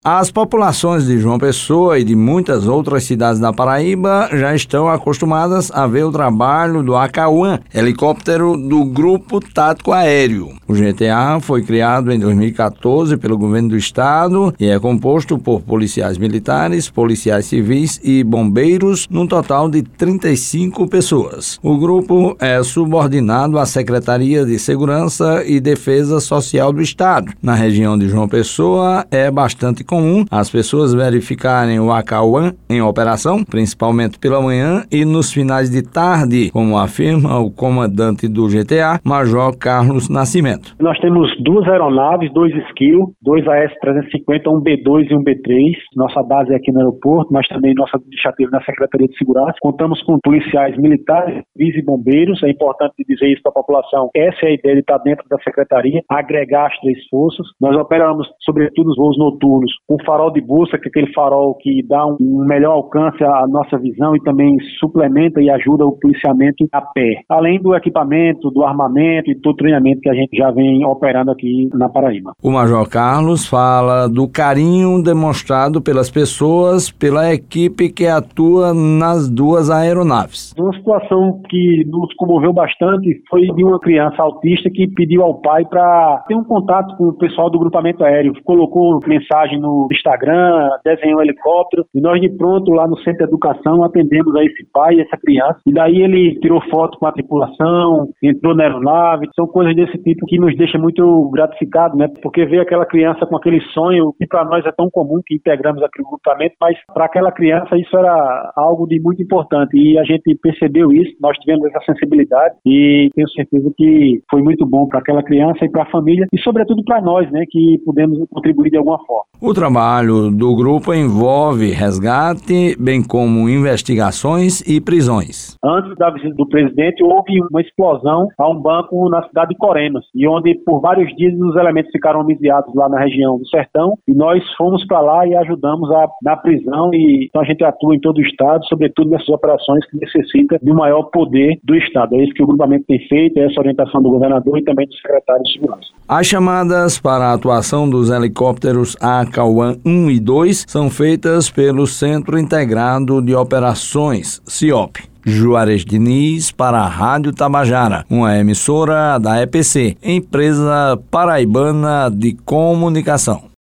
As populações de João Pessoa e de muitas outras cidades da Paraíba já estão acostumadas a ver o trabalho do Acauã, helicóptero do Grupo Tático Aéreo. O GTA foi criado em 2014 pelo governo do estado e é composto por policiais militares, policiais civis e bombeiros, num total de 35 pessoas. O grupo é subordinado à Secretaria de Segurança e Defesa Social do estado. Na região de João Pessoa é bastante comum as pessoas verificarem o Acauã em operação, principalmente pela manhã e nos finais de tarde, como afirma o comandante do GTA, Major Carlos Nascimento. Nós temos 2 aeronaves, 2 Skill, 2 AS-350, um B2 e um B3. Nossa base é aqui no aeroporto, mas também nossa administrativa na Secretaria de Segurança. Contamos com policiais militares, civis e bombeiros. É importante dizer isso para a população. Essa é a ideia de estar dentro da Secretaria, agregar as 3 forças. Nós operamos, sobretudo, os voos noturnos com farol de busca, que é aquele farol que dá um melhor alcance à nossa visão e também suplementa e ajuda o policiamento a pé. Além do equipamento, do armamento e do treinamento que a gente já vem operando aqui na Paraíba. O Major Carlos fala do carinho demonstrado pelas pessoas, pela equipe que atua nas 2 aeronaves. Uma situação que nos comoveu bastante foi de uma criança autista que pediu ao pai para ter um contato com o pessoal do grupamento aéreo. Colocou mensagem no Instagram, desenhou um helicóptero e nós de pronto lá no Centro de Educação atendemos a esse pai e essa criança. E daí ele tirou foto com a tripulação, entrou na aeronave. São coisas desse tipo que nos deixa muito gratificado, né? Porque ver aquela criança com aquele sonho que para nós é tão comum, que integramos aquele grupamento, mas para aquela criança isso era algo de muito importante e a gente percebeu isso, nós tivemos essa sensibilidade e tenho certeza que foi muito bom para aquela criança e para a família e sobretudo para nós, né, que pudemos contribuir de alguma forma. O trabalho do grupo envolve resgate, bem como investigações e prisões. Antes da visita do presidente, houve uma explosão a um banco na cidade de Coremas, e onde por vários dias os elementos ficaram homicidados lá na região do Sertão, e nós fomos para lá e ajudamos na prisão, e então a gente atua em todo o estado, sobretudo nessas operações que necessitam de um maior poder do estado. É isso que o grupamento tem feito, é essa orientação do governador e também do secretário de Segurança. As chamadas para a atuação dos helicópteros Acauã 1 e 2 são feitas pelo Centro Integrado de Operações, CIOP. Juarez Diniz para a Rádio Tabajara, uma emissora da EPC, Empresa Paraibana de Comunicação.